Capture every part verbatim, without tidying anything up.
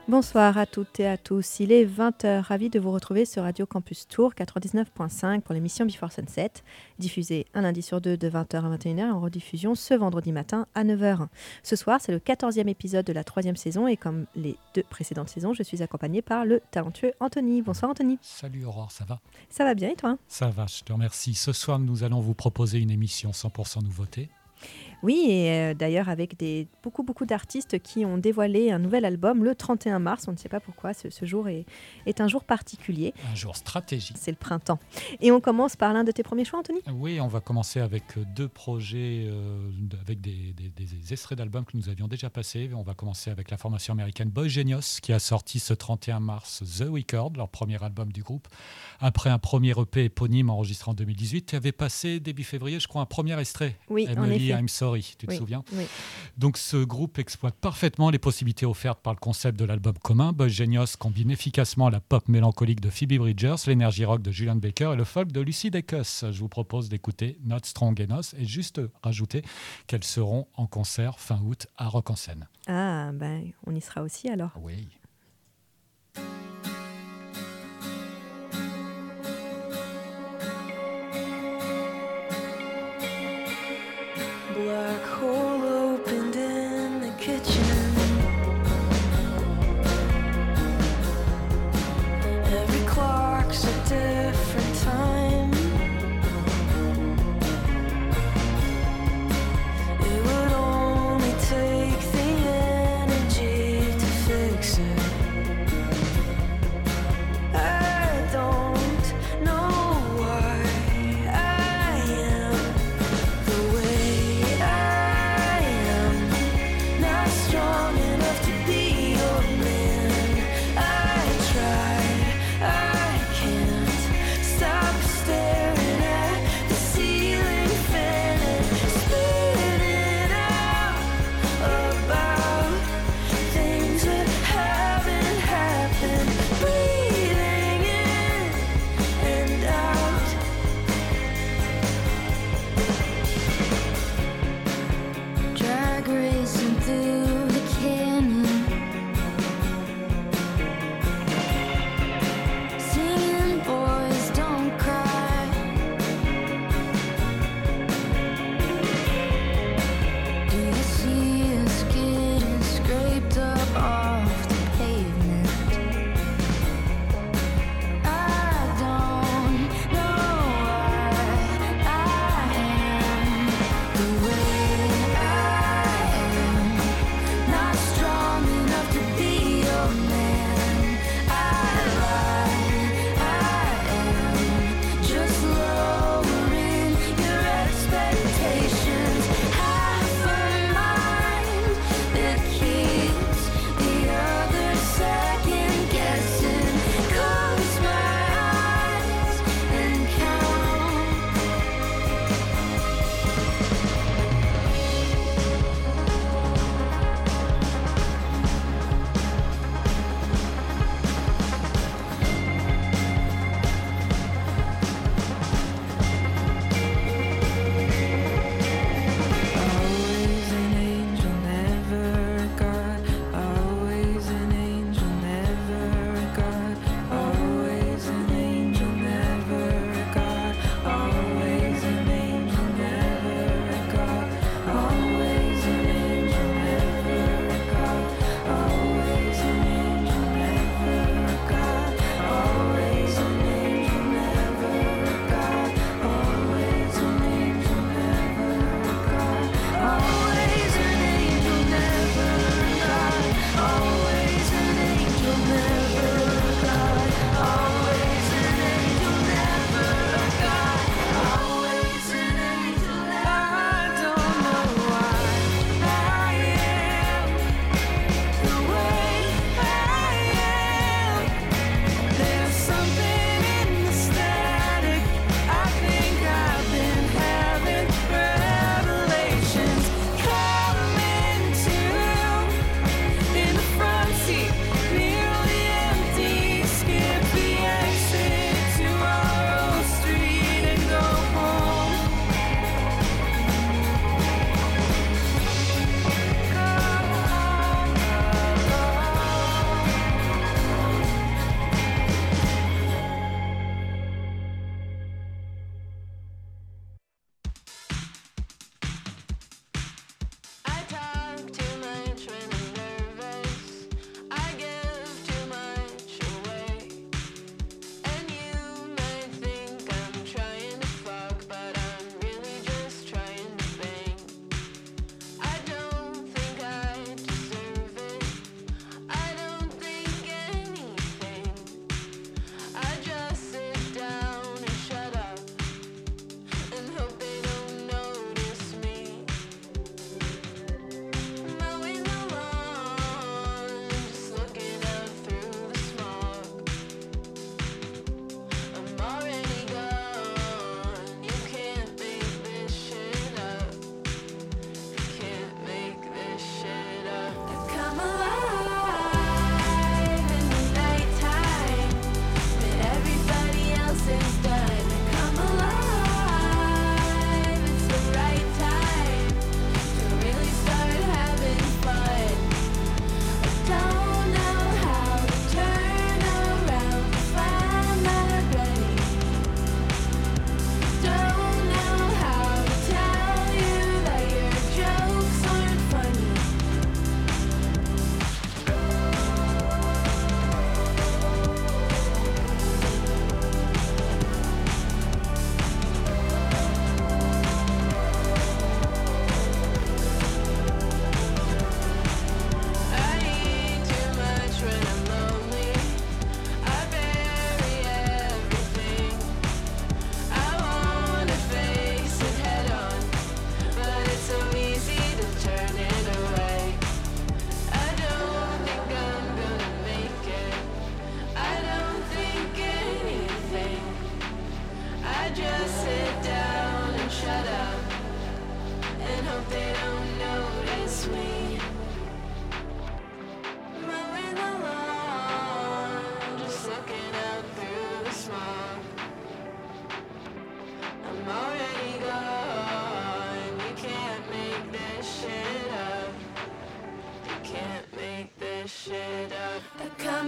Bonsoir à toutes et à tous, il est vingt heures, ravi de vous retrouver sur Radio Campus Tours quatre-vingt-dix-neuf point cinq pour l'émission Before Sunset, diffusée un lundi sur deux de vingt heures à vingt et une heures et en rediffusion ce vendredi matin à neuf heures. Ce soir, c'est le quatorzième épisode de la troisième saison et comme les deux précédentes saisons, je suis accompagnée par le talentueux Anthony. Bonsoir Anthony. Salut Aurore, ça va ? Ça va bien et toi ? Ça va, je te remercie. Ce soir, nous allons vous proposer une émission cent pour cent nouveauté. Oui, et euh, d'ailleurs avec des, beaucoup, beaucoup d'artistes qui ont dévoilé un nouvel album le trente et un mars. On ne sait pas pourquoi, ce, ce jour est, est un jour particulier. Un jour stratégique. C'est le printemps. Et on commence par l'un de tes premiers choix, Anthony ? Oui, on va commencer avec deux projets, euh, avec des, des, des extraits d'albums que nous avions déjà passés. On va commencer avec la formation américaine Boy Genius, qui a sorti ce trente et un mars The Record, leur premier album du groupe, après un premier E P éponyme enregistré en deux mille dix-huit, qui avait passé début février, je crois, un premier extrait. Oui, en Emily, effet. I'm Sorry, tu te Oui, souviens ? oui. Donc ce groupe exploite parfaitement les possibilités offertes par le concept de l'album commun. Boy Genius combine efficacement la pop mélancolique de Phoebe Bridgers, l'énergie rock de Julian Baker et le folk de Lucy Dacus. Je vous propose d'écouter Not Strong Enough et juste rajouter qu'elles seront en concert fin août à Rock en Seine. Ah, ben, on y sera aussi alors. Oui. Black hole opened in the kitchen. Every clock's a different time. It would only take the energy to fix it. this shit up. I come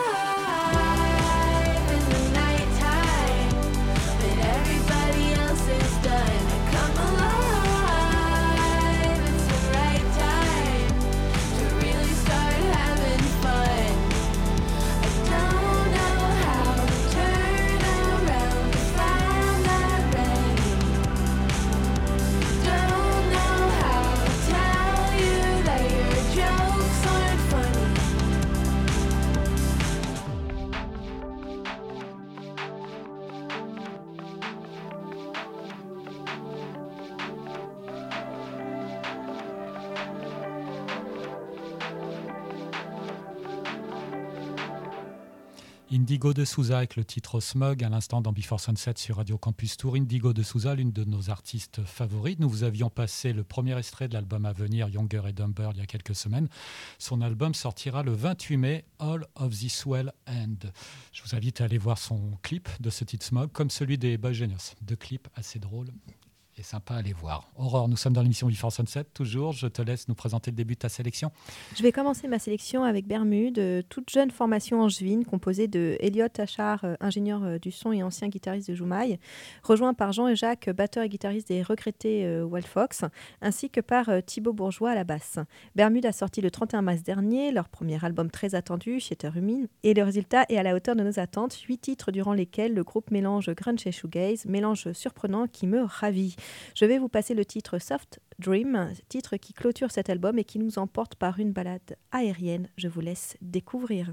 alive in the nighttime when everybody else is done. I come alive, it's the right time to really start having fun. I don't know how to turn around if I'm not ready. Don't know how to tell you that your jokes aren't funny. Indigo de Souza avec le titre Smog, à l'instant dans Before Sunset sur Radio Campus Tour. Indigo de Souza, l'une de nos artistes favorites. Nous vous avions passé le premier extrait de l'album à venir, Younger et Dumber, il y a quelques semaines. Son album sortira le vingt-huit mai, All of This Well End. Je vous invite à aller voir son clip de ce titre Smog, comme celui des Boy Genius. Deux clips assez drôles et sympas à aller voir. Aurore, nous sommes dans l'émission Before Sunset, toujours. Je te laisse nous présenter le début de ta sélection. Je vais commencer ma sélection avec Bermude, euh, toute jeune formation angevine composée de Elliot Achard, euh, ingénieur euh, du son et ancien guitariste de Joumaï, rejoint par Jean et Jacques, batteur et guitariste des regrettés euh, Wild Fox, ainsi que par euh, Thibaut Bourgeois à la basse. Bermude a sorti le trente et un mars dernier leur premier album très attendu, Theater-Rumin, et le résultat est à la hauteur de nos attentes, huit titres durant lesquels le groupe mélange grunge et shoegaze, mélange surprenant qui me ravit. Je vais vous passer le titre Soft Dream, titre qui clôture cet album et qui nous emporte par une balade aérienne. Je vous laisse découvrir.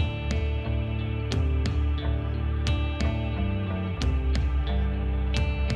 I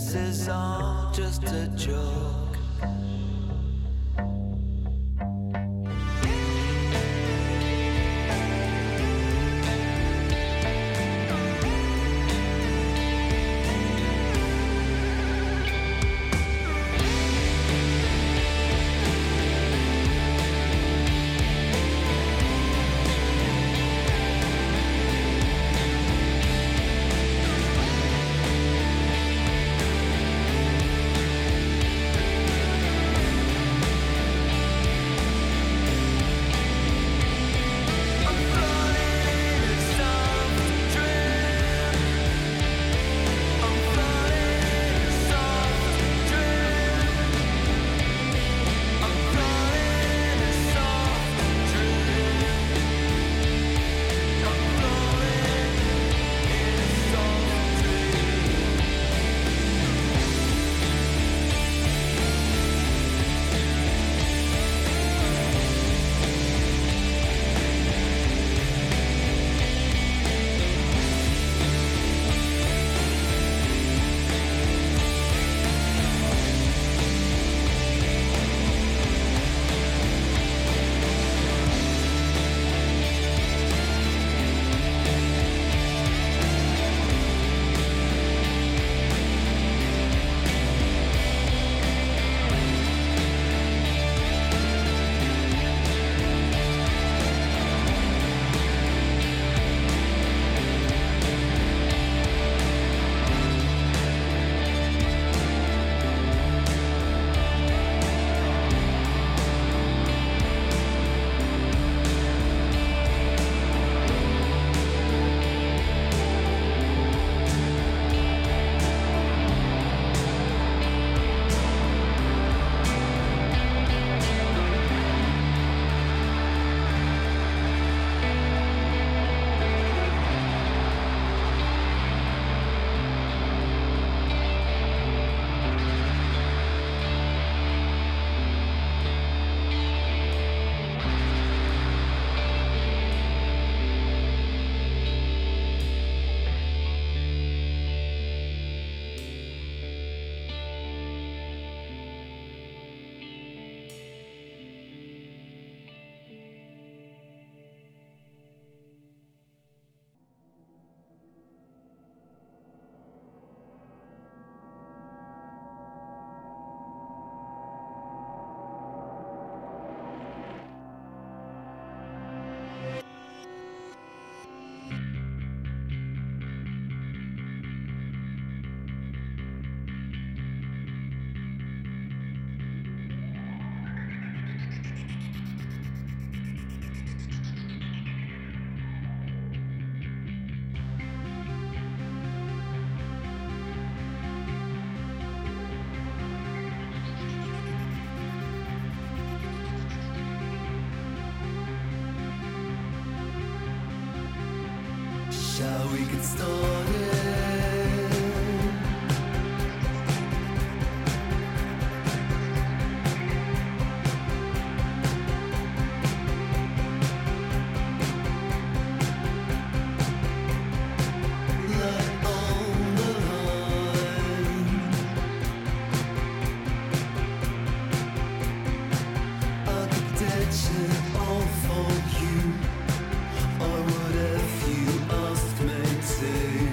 this is all just a joke. Shall we get started? Light on the line. Architecture all for you. Or what if you asked me to?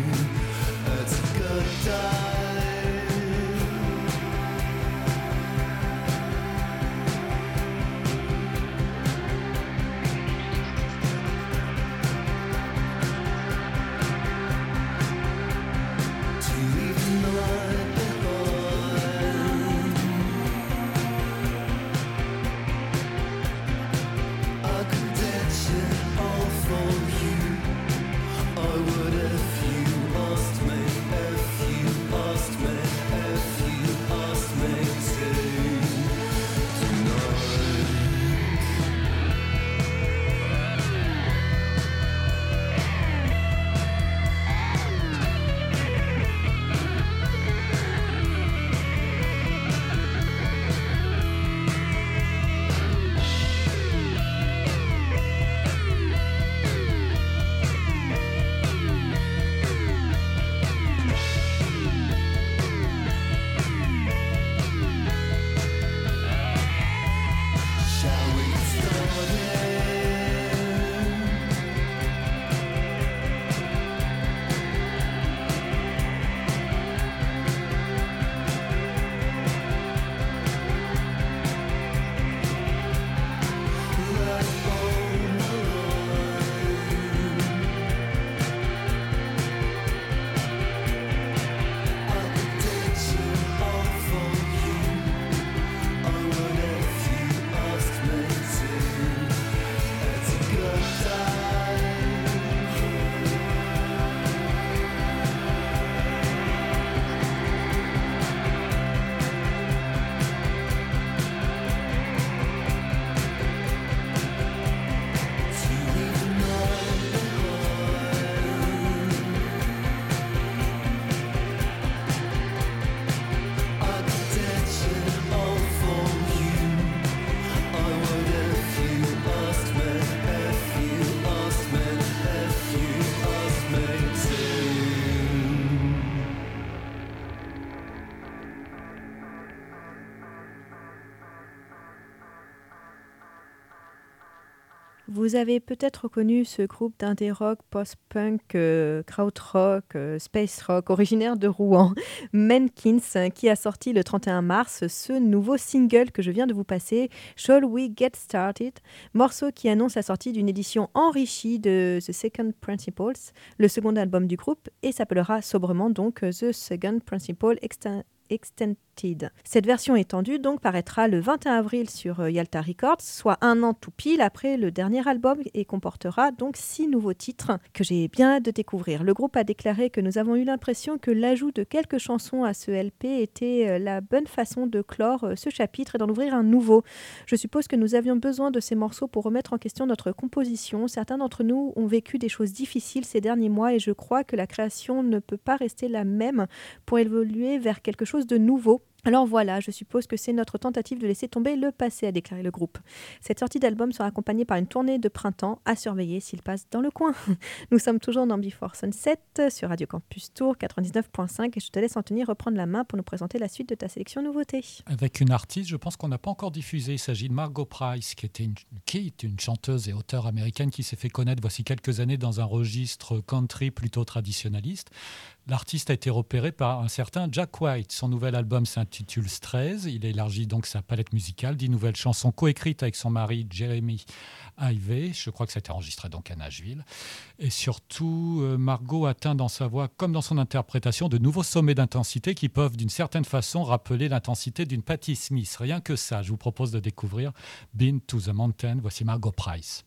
Vous avez peut-être reconnu ce groupe d'indé rock, post-punk, euh, krautrock, euh, space rock, originaire de Rouen, Menkins, euh, qui a sorti le trente et un mars ce nouveau single que je viens de vous passer, Shall We Get Started, morceau qui annonce la sortie d'une édition enrichie de The Second Principles, le second album du groupe, et s'appellera sobrement donc The Second Principle Extended. Extended. Cette version étendue donc paraîtra le vingt et un avril sur euh, Yalta Records, soit un an tout pile après le dernier album, et comportera donc six nouveaux titres que j'ai bien hâte de découvrir. Le groupe a déclaré que nous avons eu l'impression que l'ajout de quelques chansons à ce L P était euh, la bonne façon de clore euh, ce chapitre et d'en ouvrir un nouveau. Je suppose que nous avions besoin de ces morceaux pour remettre en question notre composition. Certains d'entre nous ont vécu des choses difficiles ces derniers mois et je crois que la création ne peut pas rester la même pour évoluer vers quelque chose de nouveau. Alors voilà, je suppose que c'est notre tentative de laisser tomber le passé, a déclaré le groupe. Cette sortie d'album sera accompagnée par une tournée de printemps à surveiller s'il passe dans le coin. Nous sommes toujours dans Before Sunset sur Radio Campus Tour quatre-vingt-dix-neuf point cinq et je te laisse Anthony reprendre la main pour nous présenter la suite de ta sélection nouveauté. Avec une artiste, je pense qu'on n'a pas encore diffusé. Il s'agit de Margo Price, qui, était une, qui est une chanteuse et auteure américaine qui s'est fait connaître voici quelques années dans un registre country plutôt traditionnaliste. L'artiste a été repéré par un certain Jack White. Son nouvel album s'intitule Strays. Il élargit donc sa palette musicale, dix nouvelles chansons coécrites avec son mari Jeremy Ivey. Je crois que ça a été enregistré donc à Nashville. Et surtout, Margo atteint dans sa voix comme dans son interprétation de nouveaux sommets d'intensité qui peuvent d'une certaine façon rappeler l'intensité d'une Patti Smith. Rien que ça, je vous propose de découvrir Been to the Mountain. Voici Margo Price.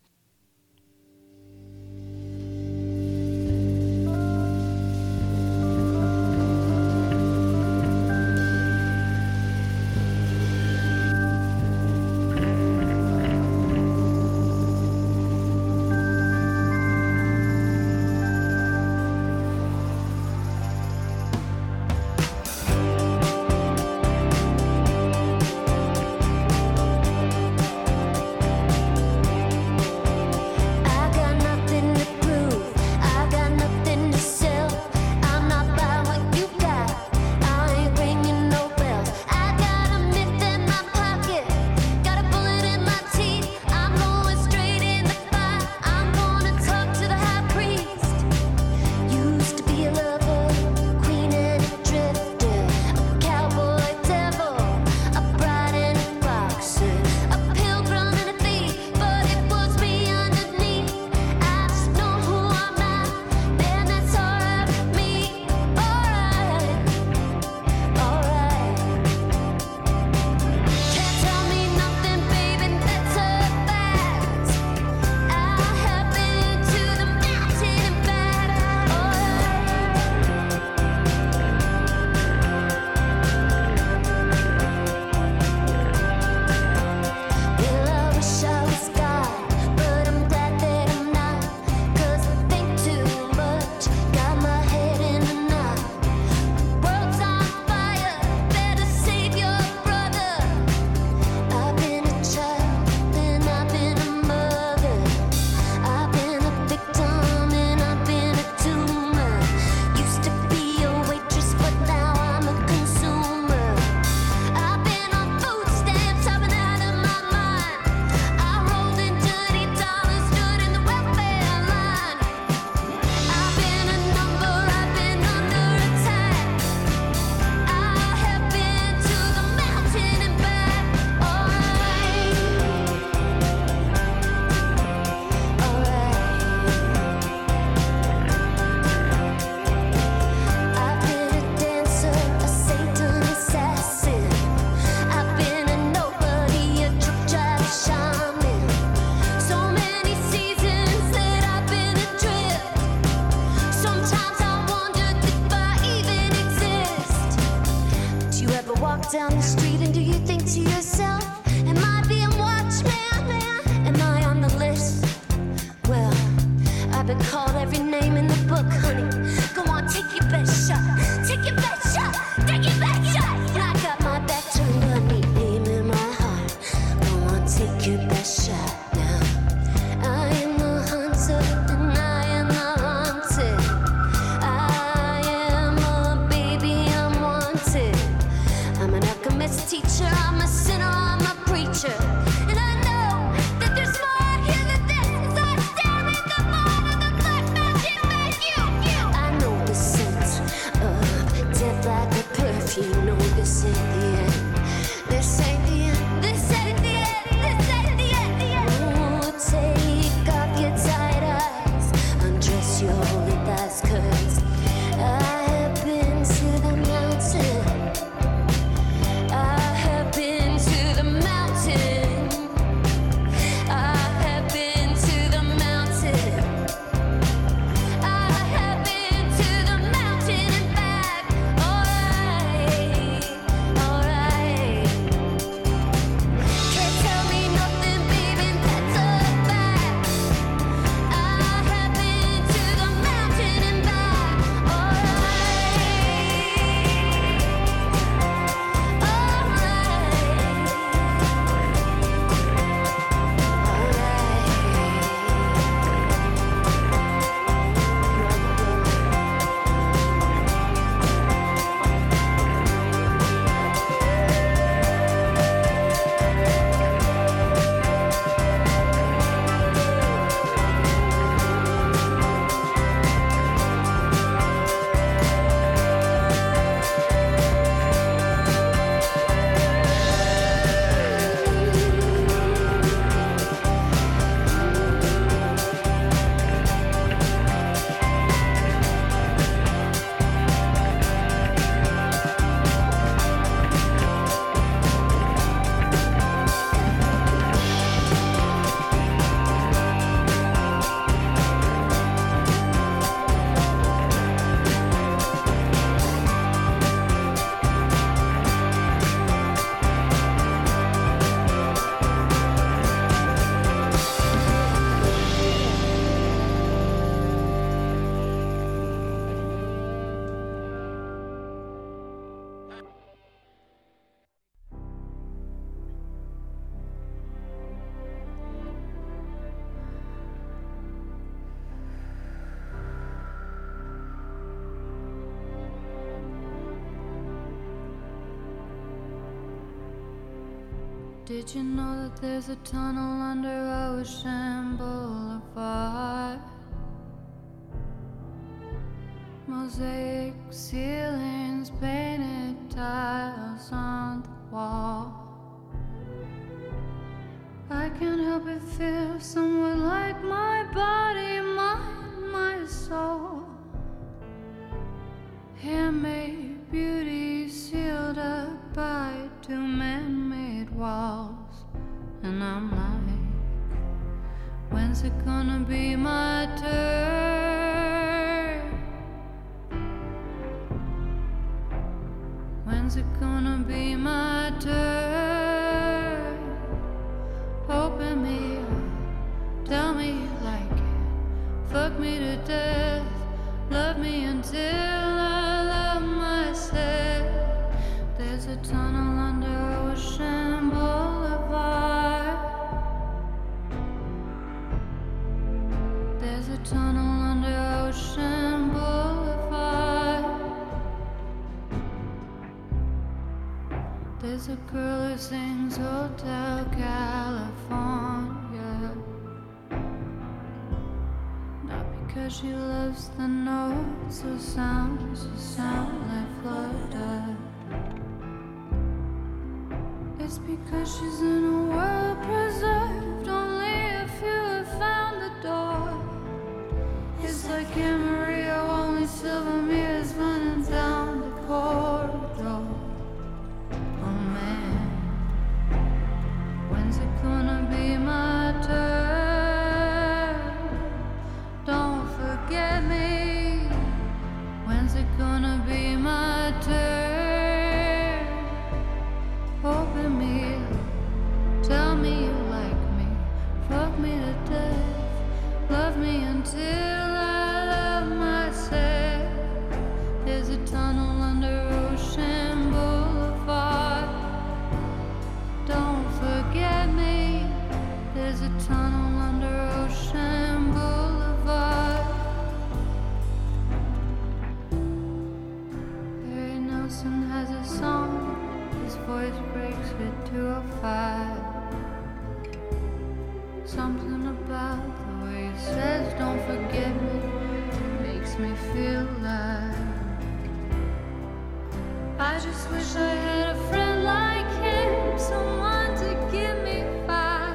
down the street and do you think to yourself, am I being watched, man? Am I on the list? Well, I've been called every name in the book, honey. Go on, take your best shot. Take your best shot. Take your best shot. I got my back turned, but me aim in my heart. Go on, take your best shot now. I am the hunter and I am the hunted. I am a baby, I'm wanted. I'm an alchemist teacher, I'm a sinner, I'm a Did you know that there's a tunnel under Ocean Boulevard? Mosaic ceilings, painted tiles on the wall. I can't help but feel somewhat like my body, mind, my soul. Handmade beauty sealed up by two man-made walls. And I'm like, when's it gonna be my turn? When's it gonna be my turn? Open me up, tell me you like it. Fuck me to death, love me until I love myself. There's a tunnel under Ocean Boulevard. There's a tunnel under Ocean Boulevard. There's a girl who sings Hotel California. Not because she loves the notes or sounds that sound like flutter. It's because she's in a world preserved. Only a few have found the door. It's like Amarillo, only silver mirrors running down the corridor. Oh man, when's it gonna be my turn? Don't forget me. When's it gonna be my turn? Open me up, tell me you like me. Fuck me to death, love me until I love myself. There's a tunnel under Ocean Boulevard. Don't forget me. There's a tunnel under Ocean Boulevard. Barry Nelson has a song. His voice breaks with two oh five. Something about the way he says don't forget me makes me feel alive. I just wish I had a friend like him, someone to give me five.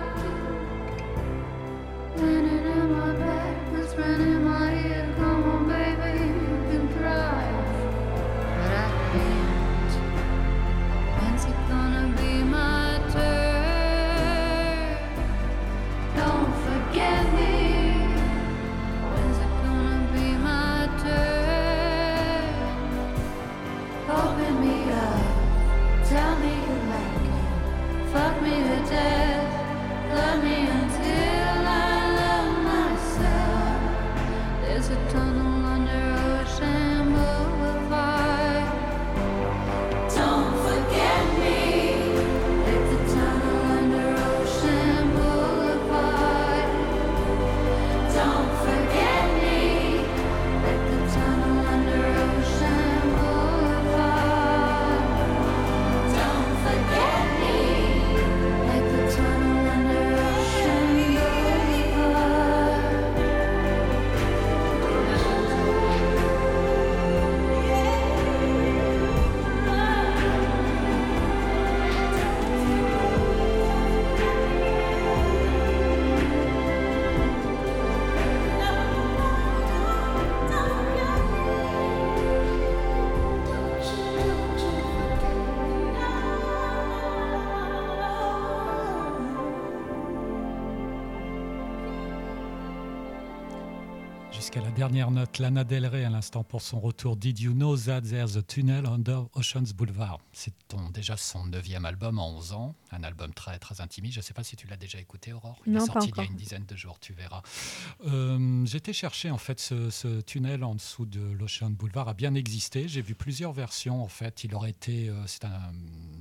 Running in my back, whispering in my ear, come on baby, you can drive. But I can't. When's it gonna be my turn? Don't forget me. When's it gonna be my turn? Open me up, tell me you like it. Fuck me to death, love me until I love myself. There's a tunnel under Ocean Boulevard. Don't forget me. Like the tunnel under Ocean Boulevard. Don't forget me. Like the tunnel under Ocean Boulevard. Don't forget me. Like the tunnel under Ocean Boulevard. Jusqu'à la dernière note, Lana Del Rey à l'instant pour son retour. Did you know that there's a tunnel under Ocean's Boulevard? C'est ton, déjà son neuvième album en onze ans, un album très très intimiste. Je ne sais pas si tu l'as déjà écouté, Aurore. Il Non, est pas sorti il y a encore. une dizaine de jours, tu verras. Euh, J'étais chercher en fait ce, ce tunnel en dessous de l'Ocean Boulevard a bien existé. J'ai vu plusieurs versions en fait. Il aurait été, euh, c'est un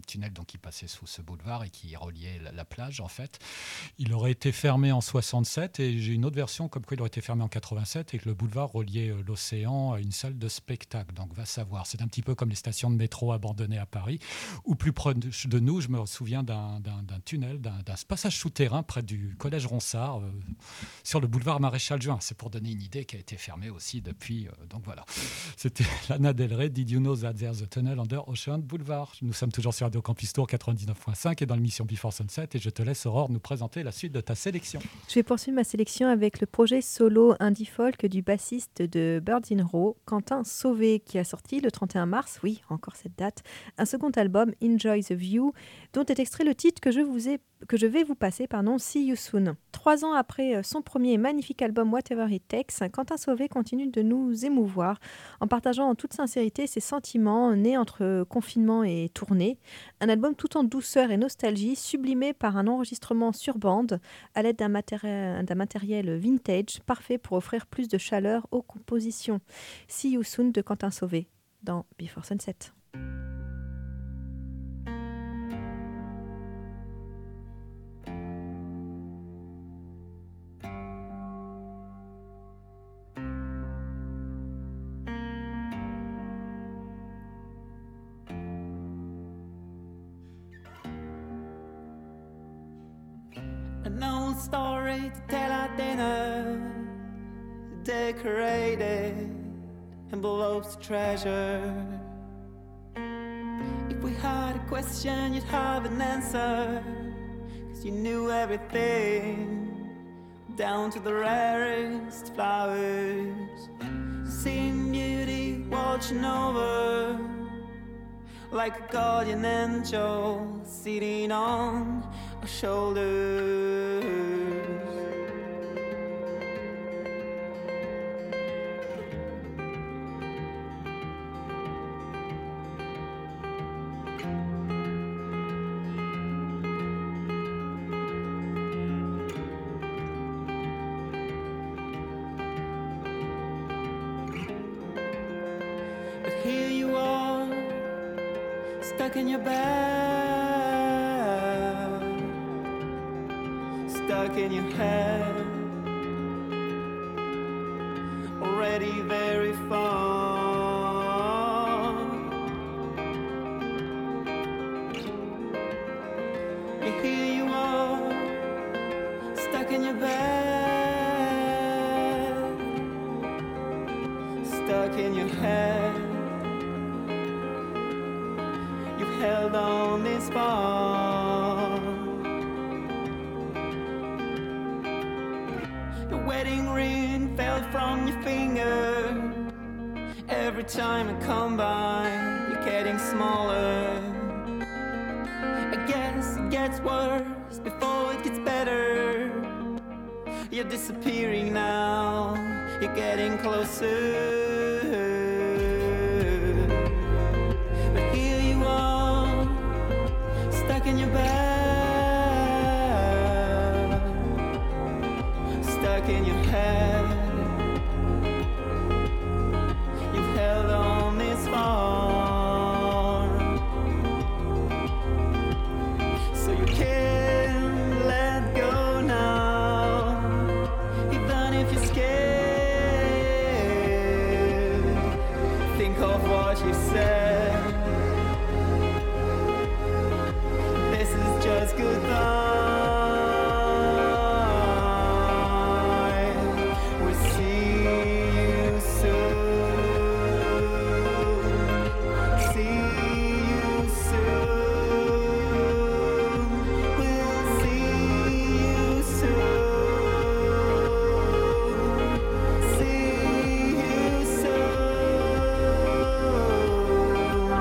tunnel donc, qui passait sous ce boulevard et qui reliait la, la plage en fait. Il aurait été fermé en soixante-sept et j'ai une autre version comme quoi il aurait été fermé en quatre-vingt-sept et que le boulevard reliait euh, l'océan à une salle de spectacle. Donc va savoir, c'est un petit peu comme les stations de métro abandonnées à Paris. Ou plus proche de nous, je me souviens d'un, d'un, d'un tunnel, d'un, d'un passage souterrain près du collège Ronsard euh, sur le boulevard Maréchal Juin. C'est pour donner une idée qui a été fermée aussi depuis. Euh, donc voilà, c'était Lana Del Rey. Did you know that there's a tunnel under Ocean Boulevard? Nous sommes toujours sur Radio Campus Tour quatre-vingt-dix-neuf virgule cinq et dans l'émission Before Sunset et je te laisse Aurore nous présenter la suite de ta sélection. Je vais poursuivre ma sélection avec le projet solo indie folk du bassiste de Birds in Row, Quentin Sauvé, qui a sorti le trente et un mars, oui, encore cette date, un second album, Enjoy the View, dont est extrait le titre que je, vous ai, que je vais vous passer, pardon, See You Soon. Trois ans après son premier magnifique album Whatever It Takes, Quentin Sauvé continue de nous émouvoir en partageant en toute sincérité ses sentiments nés entre confinement et tournée. Un album tout en douceur et nostalgie, sublimé par un enregistrement sur bande à l'aide d'un matériel, d'un matériel vintage, parfait pour offrir plus de chaleur aux compositions. See You Soon de Quentin Sauvé dans Before Sunset. An old story to tell at dinner, decorated envelopes of treasure. If we had a question, you'd have an answer, 'cause you knew everything, down to the rarest flowers. Seeing beauty watching over, like a guardian angel sitting on our shoulders. But here you are, stuck in your bed, stuck in your head, already very far. And here you are, stuck in your bed, stuck in your head. You've held on this far. Your wedding ring fell from your finger. Every time I come by, you're getting smaller. I guess it gets worse before it gets better. You're disappearing now, you're getting closer. Stuck in your bed, stuck in your head. You've held on this far, so you can't let go now, even if you're scared. Think of what you said. Just goodbye. We'll see you soon. See you soon. We'll see you soon. See you soon.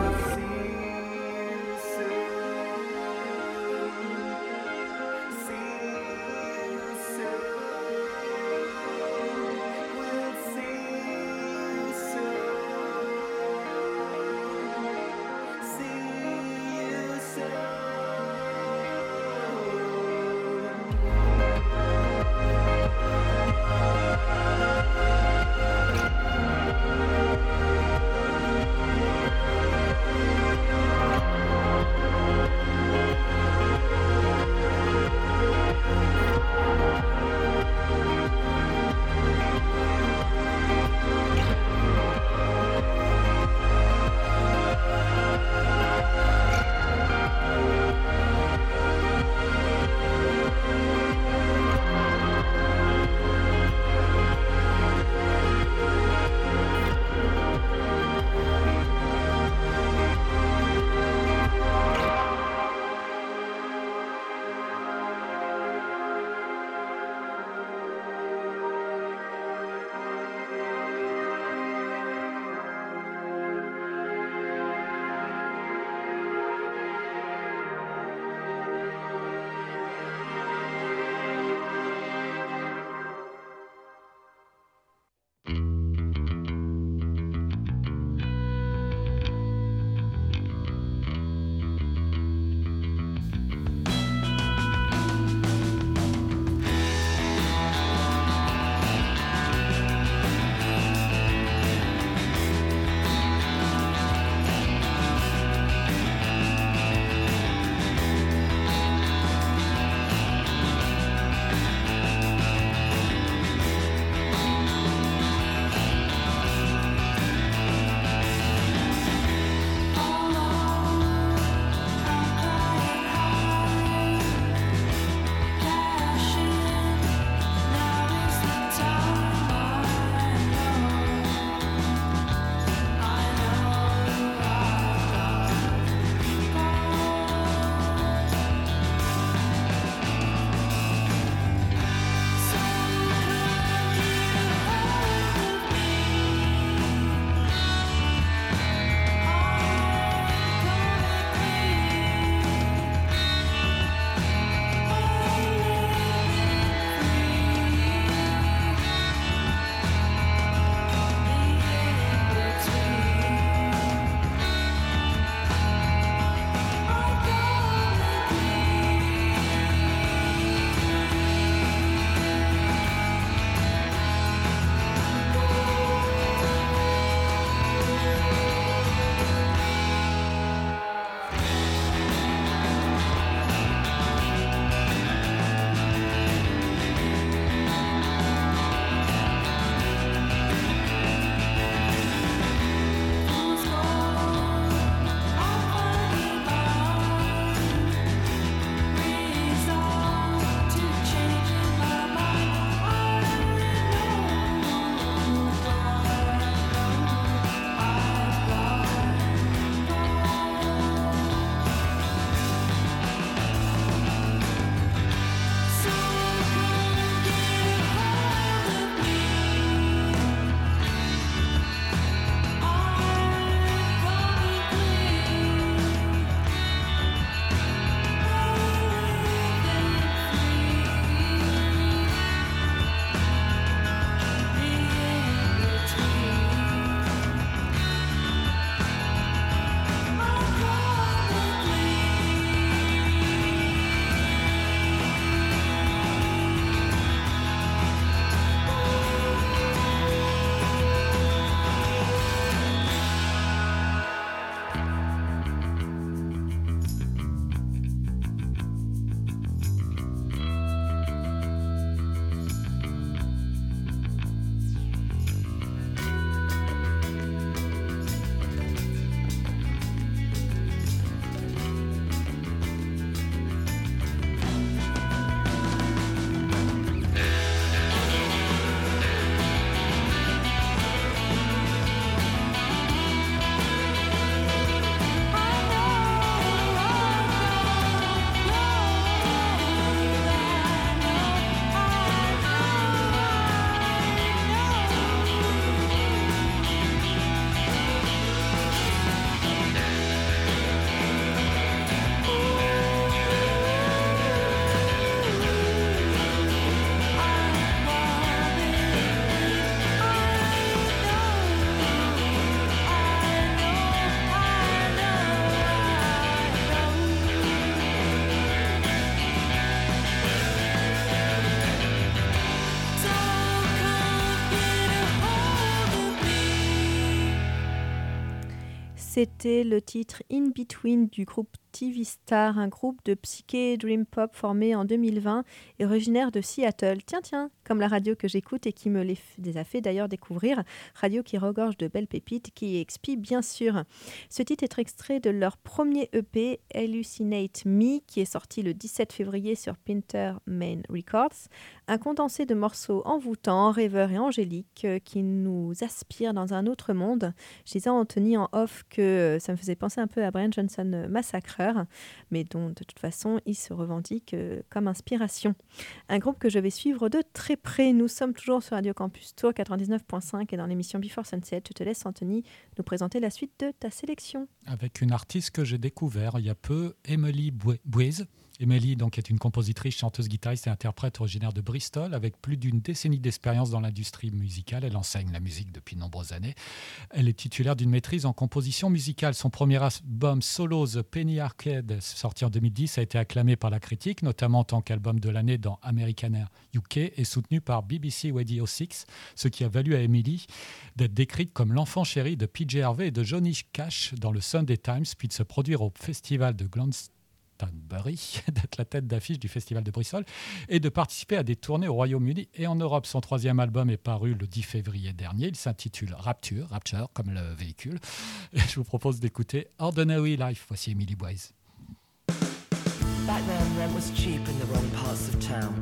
C'était le titre In Between du groupe T V Star, un groupe de psyché dream pop formé en deux mille vingt et originaire de Seattle. Tiens, tiens, comme la radio que j'écoute et qui me les, les a fait d'ailleurs découvrir, radio qui regorge de belles pépites, qui expie bien sûr. Ce titre est extrait de leur premier E P, Hallucinate Me, qui est sorti le dix-sept février sur Pinter Main Records. Un condensé de morceaux envoûtants, rêveurs et angéliques euh, qui nous aspirent dans un autre monde. Je disais à Anthony en off que euh, ça me faisait penser un peu à Brian Johnson euh, Massacreur, mais dont de toute façon il se revendique euh, comme inspiration. Un groupe que je vais suivre de très près. Nous sommes toujours sur Radio Campus Tour quatre-vingt-dix-neuf point cinq et dans l'émission Before Sunset. Je te laisse, Anthony, nous présenter la suite de ta sélection. Avec une artiste que j'ai découvert il y a peu, Emily Bouez. Emily donc, est une compositrice, chanteuse, guitariste et interprète originaire de Bristol. Avec plus d'une décennie d'expérience dans l'industrie musicale, elle enseigne la musique depuis de nombreuses années. Elle est titulaire d'une maîtrise en composition musicale. Son premier album solo, The Penny Arcade, sorti en deux mille dix, a été acclamé par la critique, notamment en tant qu'album de l'année dans American Air U K et soutenu par B B C Radio six, ce qui a valu à Emily d'être décrite comme l'enfant chéri de P J Harvey et de Johnny Cash dans le Sunday Times, puis de se produire au festival de Glastonbury, d'être la tête d'affiche du festival de Bristol et de participer à des tournées au Royaume-Uni et en Europe. Son troisième album est paru le dix février dernier. Il s'intitule Rapture, Rapture comme le véhicule. Et je vous propose d'écouter Ordinary Life. Voici Emily Bouez. Back then, rent was cheap in the wrong parts of town.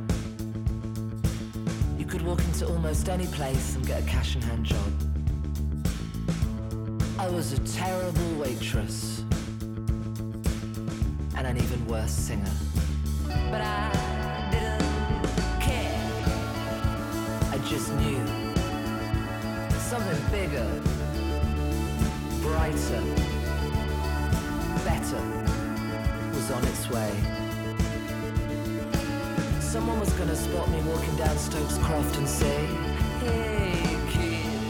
You could walk into almost any place and get a cash-in-hand job. I was a terrible waitress and an even worse singer. But I didn't care. I just knew something bigger, brighter, better was on its way. Someone was gonna spot me walking down Stokes Croft and say, "Hey kid,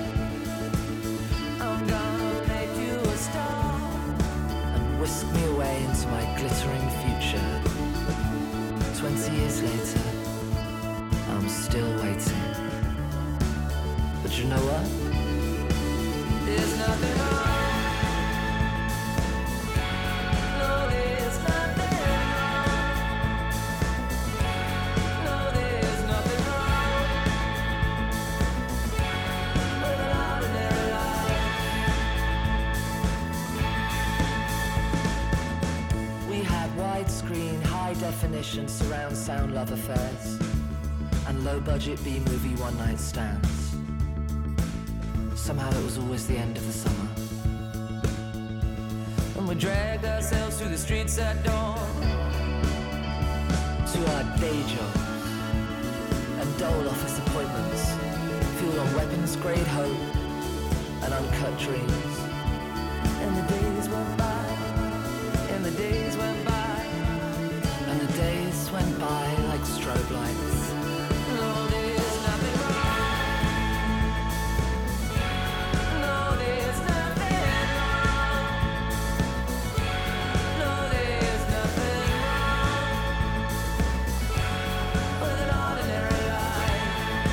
I'm gonna make you a star," and whisk me away into my glittering future. Twenty years later, I'm still waiting. But you know what? There's nothing wrong. No, there's nothing wrong. No, there's nothing wrong with an ordinary life. We had widescreen, high-definition surround sound love affairs and low-budget B-movie one-night stands. Somehow it was always the end of the summer. And we dragged ourselves through the streets at dawn to our day jobs and dull office appointments, fueled on weapons-grade hope and uncut dreams. And the days went by, and the days went by, and the days went by like strobe lights. No, there's nothing wrong. No, there's nothing wrong. No, there's nothing wrong with an ordinary life.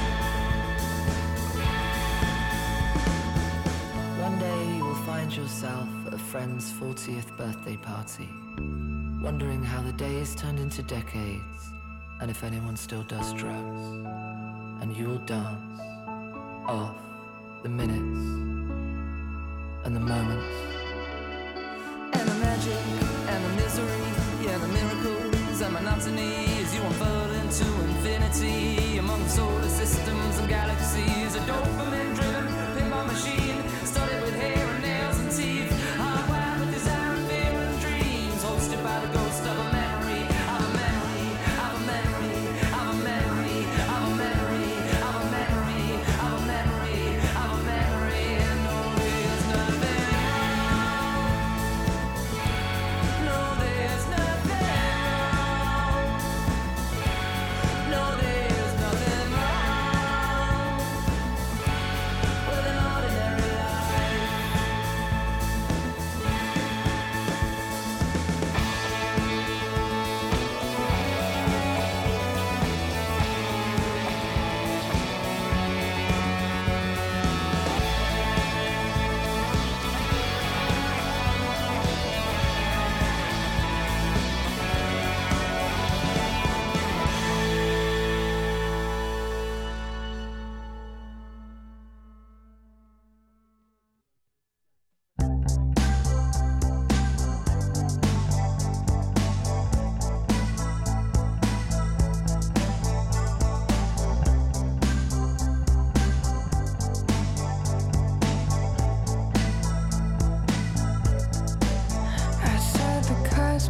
One day you will find yourself at a friend's fortieth birthday party, wondering how the days turned into decades and if anyone still does drugs. And you will dance off the minutes and the moments and the magic and the misery, yeah, the miracles and monotony as you unfold into infinity among the solar systems and galaxies. A dopamine driven pinball machine started with hair and nails and teeth, hardwired with desire and fear and dreams, hosted by the ghost of a memory, of a memory, of a memory, of a memory, of a memory, of a memory, of a memory, of a memory. And no, there's nothing wrong. No, there's nothing wrong. No, there's nothing wrong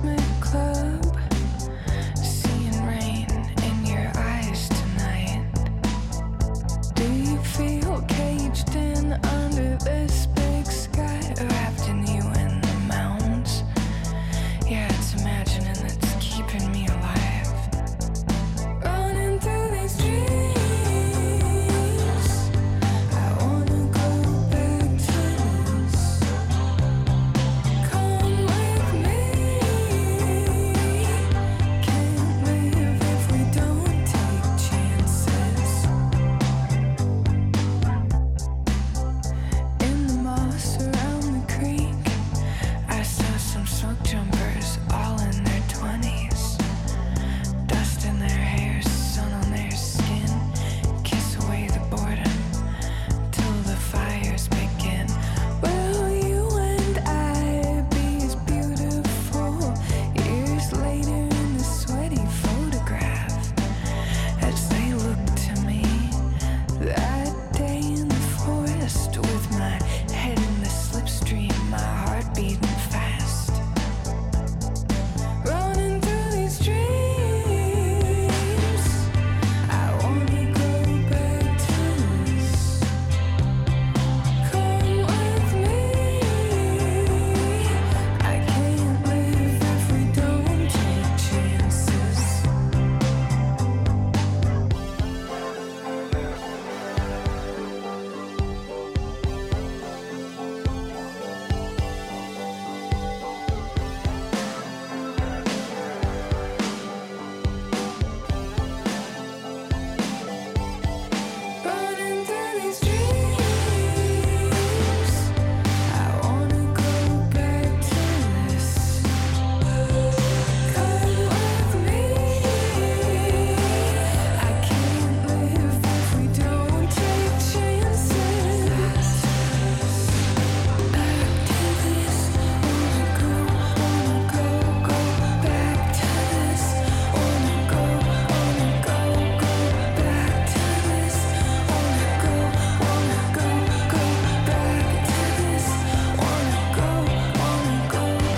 basement club, seeing rain in your eyes tonight. Do you feel caged in under this big sky, wrapped in you in the mountains? Yeah, it's imagining that's keeping me alive. Running through these dreams, I wanna go back to this. Come with me. Can't live if we don't take chances. In the moss around the creek, I saw some smoke jumpers, all in their twenties. Dust in their hair, sun on their skin. Kiss away the boredom till the fires begin. Will you and I be as beautiful years later in the sweaty photograph as they look to me that day in the forest with my head in the slipstream, my heart beating fast. Running through these dreams, I wanna go back to this. Come with me. I can't live if we don't take chances. Running through these dreams, I wanna go back to this. Come with me. I can't live if we don't take chances. Back to this, wanna go, wanna go, go back to this. Wanna go, wanna go, go back to this. Wanna go, wanna go, go back to this. Wanna go, wanna go,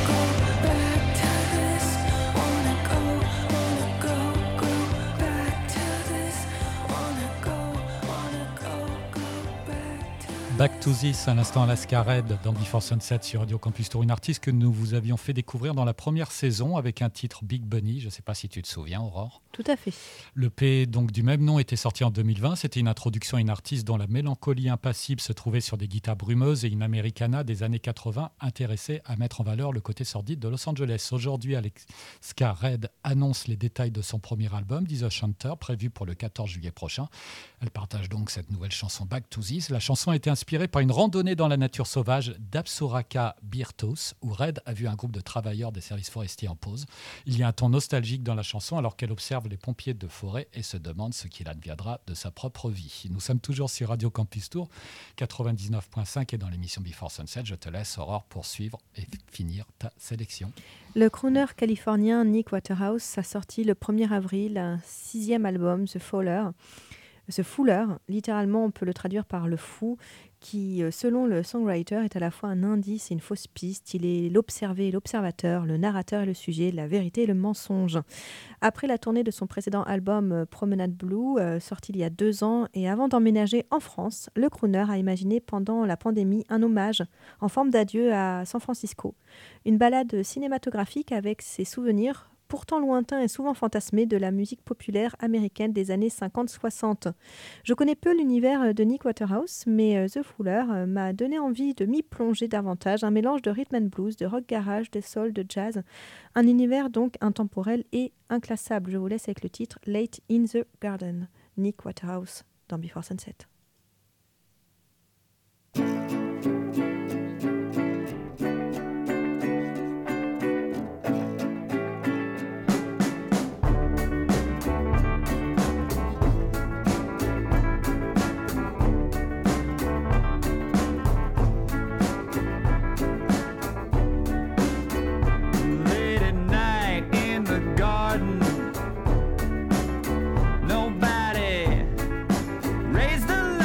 go back to this. Wanna go, wanna go, go back to this. Wanna go, wanna go, go back to this. Back to This, à l'instant Alaska Red dans Before Sunset sur Radio Campus Tour, une artiste que nous vous avions fait découvrir dans la première saison avec un titre Big Bunny. Je ne sais pas si tu te souviens, Aurore. Tout à fait. Le P donc du même nom était sorti en deux mille vingt. C'était une introduction à une artiste dont la mélancolie impassible se trouvait sur des guitares brumeuses et une americana des années quatre-vingts intéressée à mettre en valeur le côté sordide de Los Angeles. Aujourd'hui, Alaska Red annonce les détails de son premier album, The Chanter, prévu pour le quatorze juillet prochain. Elle partage donc cette nouvelle chanson Back to This. La chanson a été inspirée par une randonnée dans la nature sauvage d'Absuraka Birtos, où Red a vu un groupe de travailleurs des services forestiers en pause. Il y a un ton nostalgique dans la chanson alors qu'elle observe les pompiers de forêt et se demande ce qu'il adviendra de sa propre vie. Nous sommes toujours sur Radio Campus Tour quatre-vingt-dix-neuf virgule cinq et dans l'émission Before Sunset. Je te laisse, Aurore, poursuivre et finir ta sélection. Le crooner californien Nick Waterhouse a sorti le premier avril un sixième album, The Fowler. Ce Fouler, littéralement on peut le traduire par le fou, qui selon le songwriter est à la fois un indice et une fausse piste. Il est l'observé et l'observateur, le narrateur et le sujet, la vérité et le mensonge. Après la tournée de son précédent album Promenade Blue, euh, sorti il y a deux ans, et avant d'emménager en France, le crooner a imaginé pendant la pandémie un hommage en forme d'adieu à San Francisco. Une balade cinématographique avec ses souvenirs pourtant lointain et souvent fantasmé de la musique populaire américaine des années cinquante soixante. Je connais peu l'univers de Nick Waterhouse, mais The Fowler m'a donné envie de m'y plonger davantage, un mélange de rhythm and blues, de rock garage, de soul, de jazz, un univers donc intemporel et inclassable. Je vous laisse avec le titre Late in the Garden, Nick Waterhouse dans Before Sunset. Late at night in the garden, nobody raised a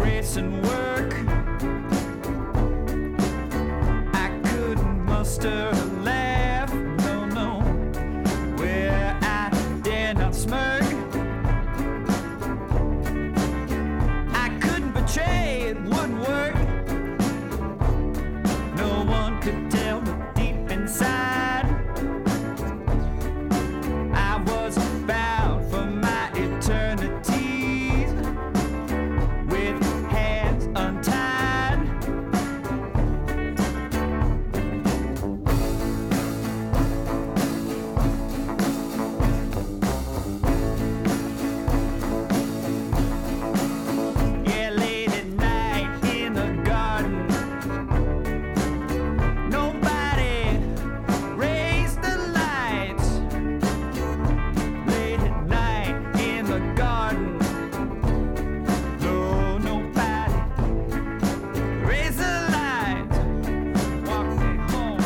grace and work. I couldn't muster a laugh, no, no, where I dare not smirk. I couldn't betray, it wouldn't work. No one could tell me deep inside I was bound for my eternity with hands untied. Yeah, late at night in the garden, nobody raised the lights. Late at night in the garden, no, nobody raised the lights. Walk me home.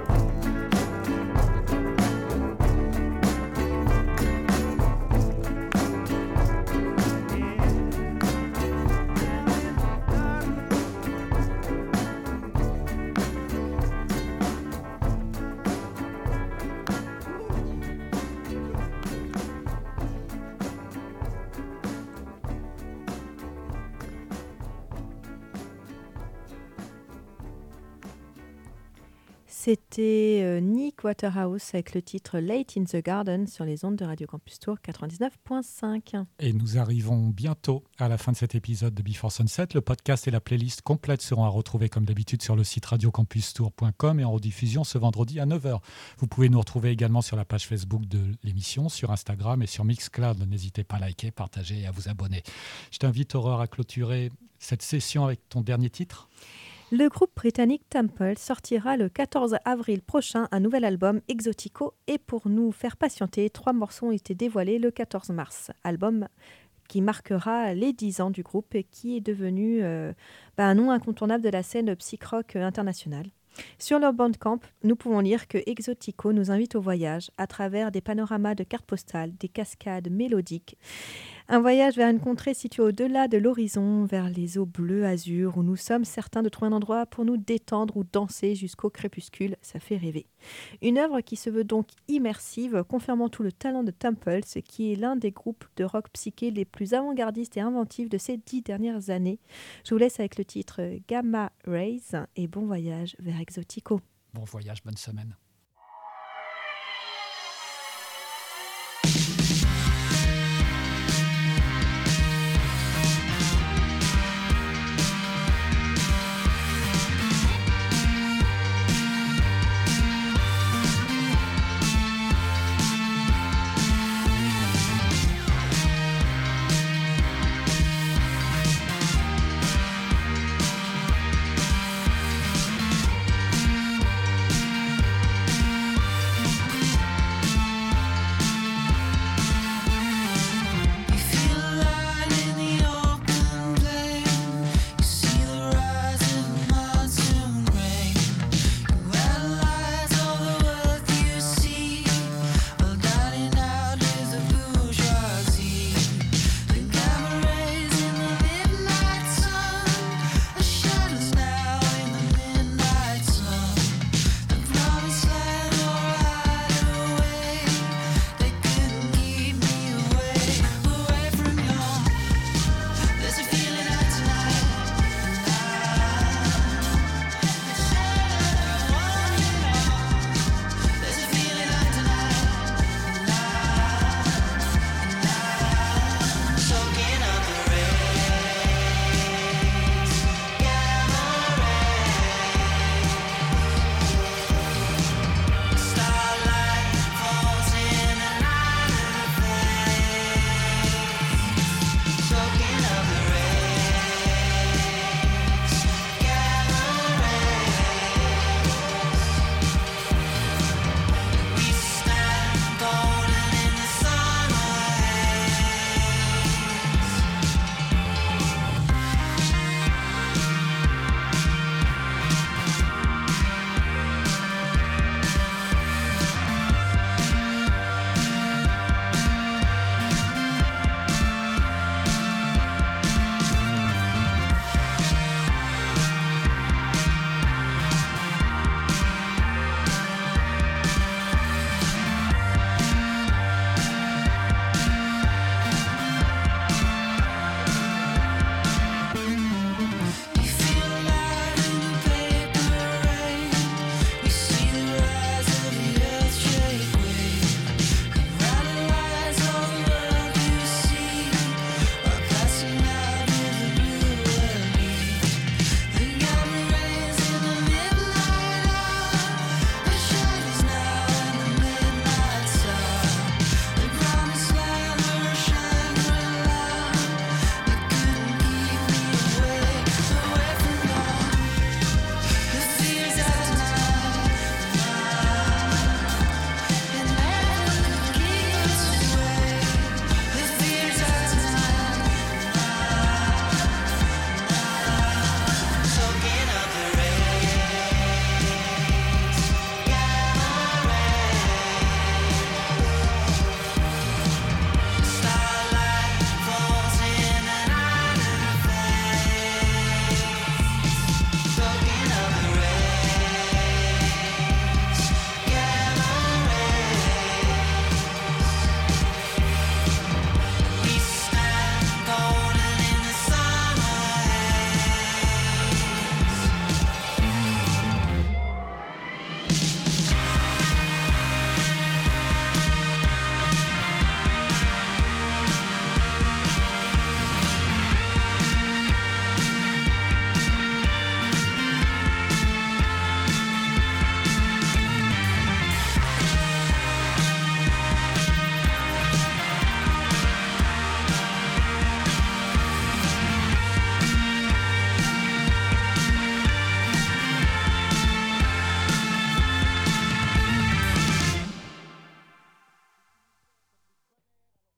C'était euh, Nick Waterhouse avec le titre Late in the Garden sur les ondes de Radio Campus Tour quatre-vingt-dix-neuf point cinq. Et nous arrivons bientôt à la fin de cet épisode de Before Sunset. Le podcast et la playlist complète seront à retrouver comme d'habitude sur le site radio campus tour point com et en rediffusion ce vendredi à neuf heures. Vous pouvez nous retrouver également sur la page Facebook de l'émission, sur Instagram et sur Mixcloud. N'hésitez pas à liker, partager et à vous abonner. Je t'invite, Aurore, à clôturer cette session avec ton dernier titre. Le groupe britannique Temple sortira le quatorze avril prochain un nouvel album Exotico et pour nous faire patienter, trois morceaux ont été dévoilés le quatorze mars. Album qui marquera les dix ans du groupe et qui est devenu euh, bah, un nom incontournable de la scène psych-rock internationale. Sur leur Bandcamp, nous pouvons lire que Exotico nous invite au voyage à travers des panoramas de cartes postales, des cascades mélodiques. Un voyage vers une contrée située au-delà de l'horizon, vers les eaux bleues azur, où nous sommes certains de trouver un endroit pour nous détendre ou danser jusqu'au crépuscule. Ça fait rêver. Une œuvre qui se veut donc immersive, confirmant tout le talent de Temple, ce qui est l'un des groupes de rock psyché les plus avant-gardistes et inventifs de ces dix dernières années. Je vous laisse avec le titre Gamma Rays et bon voyage vers Exotico. Bon voyage, bonne semaine.